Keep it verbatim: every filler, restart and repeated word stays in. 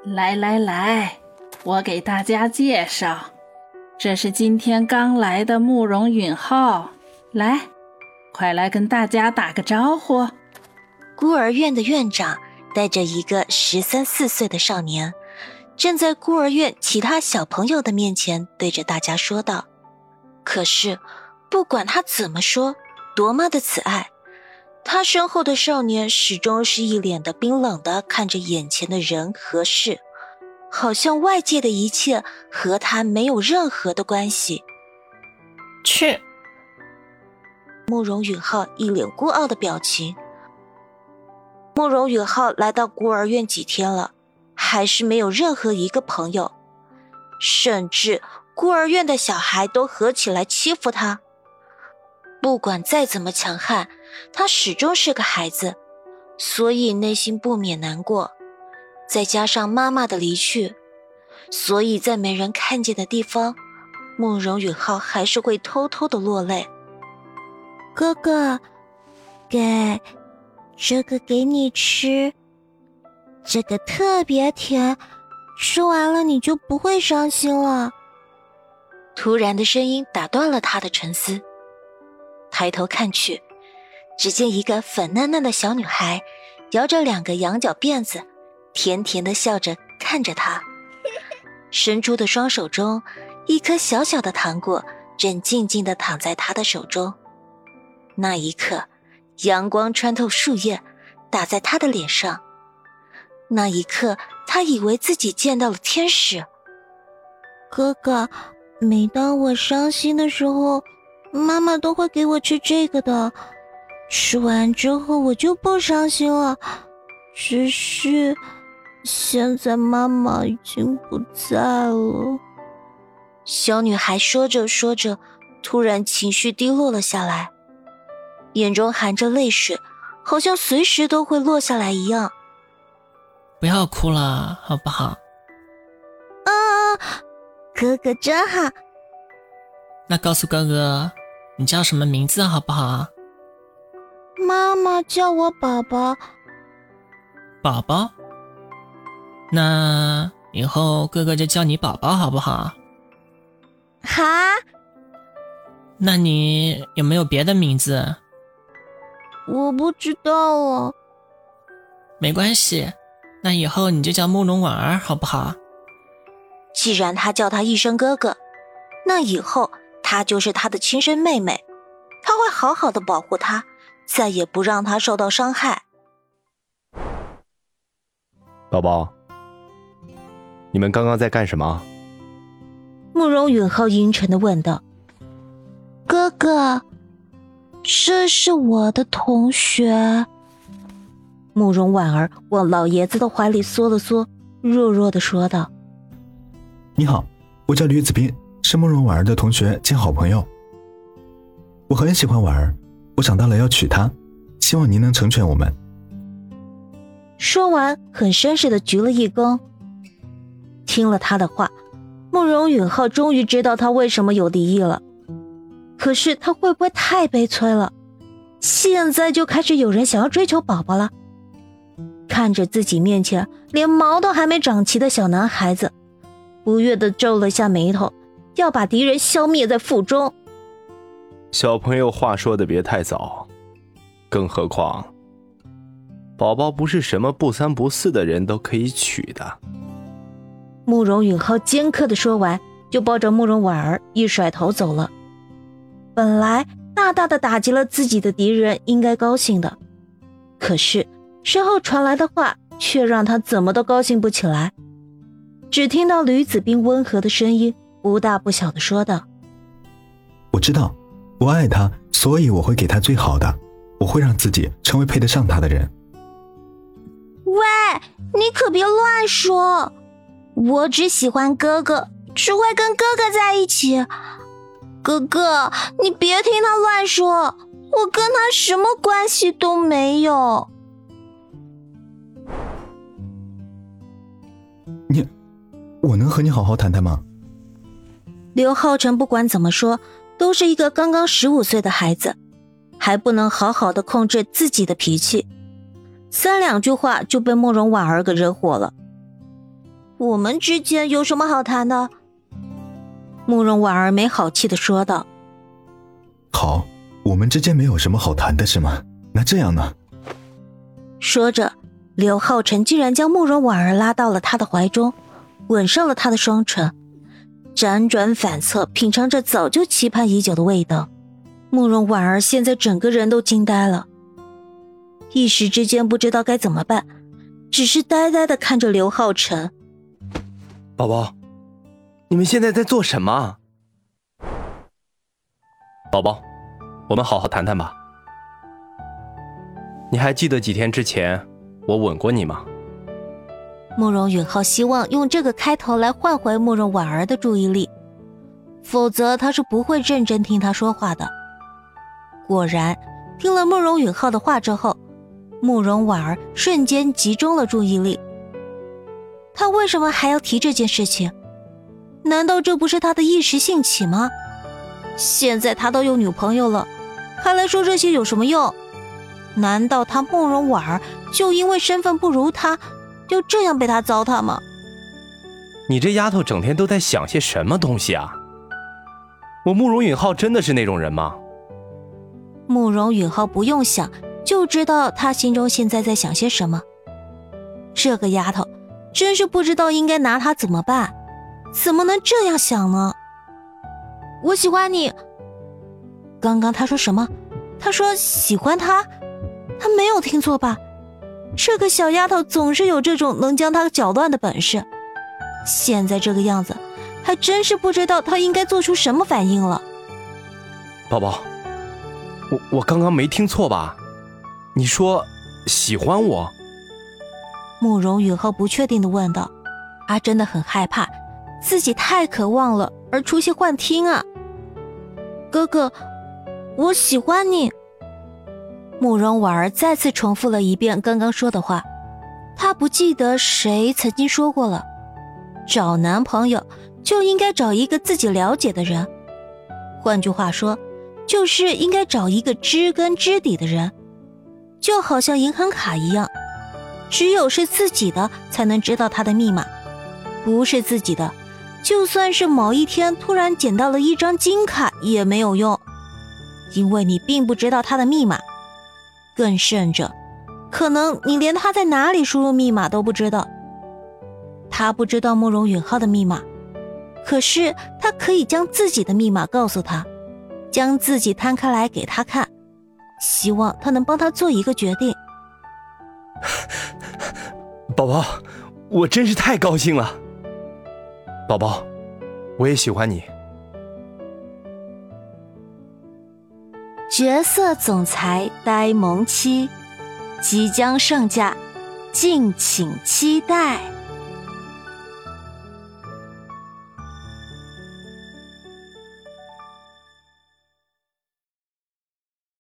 来来来，我给大家介绍，这是今天刚来的慕容允浩，来，快来跟大家打个招呼。 孤儿院的院长带着一个十三四岁的少年，站在孤儿院其他小朋友的面前，对着大家说道。可是，不管他怎么说，多么的慈爱，他身后的少年始终是一脸的冰冷地看着眼前的人和事，好像外界的一切和他没有任何的关系。 去！ 慕容允浩一脸孤傲的表情。慕容允浩来到孤儿院几天了，还是没有任何一个朋友，甚至孤儿院的小孩都合起来欺负他。不管再怎么强悍，他始终是个孩子，所以内心不免难过。再加上妈妈的离去，所以在没人看见的地方，慕容允浩还是会偷偷的落泪。 哥哥，给这个给你吃，这个特别甜，吃完了你就不会伤心了。 突然的声音打断了他的沉思，抬头看去，只见一个粉嫩嫩的小女孩摇着两个羊角辫子，甜甜的笑着看着他，伸出的双手中，一颗小小的糖果正静静地躺在他的手中。那一刻，阳光穿透树叶，打在他的脸上。那一刻，他以为自己见到了天使。 哥哥，每当我伤心的时候，妈妈都会给我吃这个的，吃完之后我就不伤心了。只是现在妈妈已经不在了。 小女孩说着说着，突然情绪低落了下来，眼中含着泪水，好像随时都会落下来一样。 不要哭了，好不好？ 啊，哥哥真好。 那告诉哥哥，你叫什么名字好不好？ 妈妈叫我宝宝。 宝宝？那以后哥哥就叫你宝宝好不好？ 好。 那你有没有别的名字？ 我不知道啊。 没关系，那以后你就叫慕容婉儿好不好？ 既然他叫他一声哥哥，那以后他就是他的亲生妹妹，他会好好的保护他，再也不让他受到伤害。 宝宝，你们刚刚在干什么？ 慕容允浩阴沉地问道。 哥哥，这是我的同学。 慕容婉儿往老爷子的怀里缩了缩，弱弱地说道。 你好，我叫吕子斌，是慕容婉儿的同学兼好朋友。我很喜欢婉儿，我长大了要娶她，希望您能成全我们。 说完很绅士地鞠了一躬。听了他的话，慕容允浩终于知道他为什么有敌意了。可是他会不会太悲催了？现在就开始有人想要追求宝宝了。看着自己面前连毛都还没长齐的小男孩子，不悦地皱了下眉头，要把敌人消灭在腹中。 小朋友话说的别太早，更何况宝宝不是什么不三不四的人都可以娶的。 慕容允浩尖刻地说完，就抱着慕容婉儿一甩头走了。本来大大的打击了自己的敌人应该高兴的，可是身后传来的话却让他怎么都高兴不起来。只听到吕子斌温和的声音不大不小地说道。 我知道，我爱他，所以我会给他最好的，我会让自己成为配得上他的人。 喂，你可别乱说，我只喜欢哥哥，只会跟哥哥在一起。哥哥，你别听他乱说，我跟他什么关系都没有。 你，我能和你好好谈谈吗？ 刘浩辰不管怎么说，都是一个刚刚十五岁的孩子，还不能好好的控制自己的脾气，三两句话就被慕容婉儿给惹火了。 我们之间有什么好谈的？慕容婉儿没好气地说道。 好，我们之间没有什么好谈的是吗？那这样呢？ 说着，刘浩辰竟然将慕容婉儿拉到了他的怀中，吻上了他的双唇，辗转反侧，品尝着早就期盼已久的味道。慕容婉儿现在整个人都惊呆了，一时之间不知道该怎么办，只是呆呆地看着刘浩辰。 宝宝，你们现在在做什么？宝宝，我们好好谈谈吧。你还记得几天之前我吻过你吗？ 慕容允浩希望用这个开头来换回慕容婉儿的注意力，否则他是不会认真听他说话的。果然，听了慕容允浩的话之后，慕容婉儿瞬间集中了注意力。他为什么还要提这件事情？难道这不是他的一时兴起吗？现在他都有女朋友了，还来说这些有什么用？难道他慕容婉儿就因为身份不如他，就这样被他糟蹋吗？ 你这丫头整天都在想些什么东西啊？我慕容允浩真的是那种人吗？ 慕容允浩不用想就知道他心中现在在想些什么。这个丫头真是不知道应该拿她怎么办，怎么能这样想呢？我喜欢你。刚刚他说什么？他说喜欢他？他没有听错吧？这个小丫头总是有这种能将他搅乱的本事，现在这个样子，还真是不知道他应该做出什么反应了。 宝宝，我我刚刚没听错吧？你说喜欢我？ 慕容允浩不确定地问道。他真的很害怕自己太渴望了而出现幻听啊。哥哥，我喜欢你。慕容婉儿再次重复了一遍刚刚说的话，她不记得谁曾经说过了，找男朋友就应该找一个自己了解的人，换句话说，就是应该找一个知根知底的人，就好像银行卡一样，只有是自己的才能知道它的密码，不是自己的，就算是某一天突然捡到了一张金卡也没有用，因为你并不知道它的密码。更甚者，可能你连他在哪里输入密码都不知道。他不知道慕容允浩的密码，可是他可以将自己的密码告诉他，将自己摊开来给他看，希望他能帮他做一个决定。 宝宝，我真是太高兴了。宝宝，我也喜欢你。 角色总裁呆萌妻即将上架，敬请期待。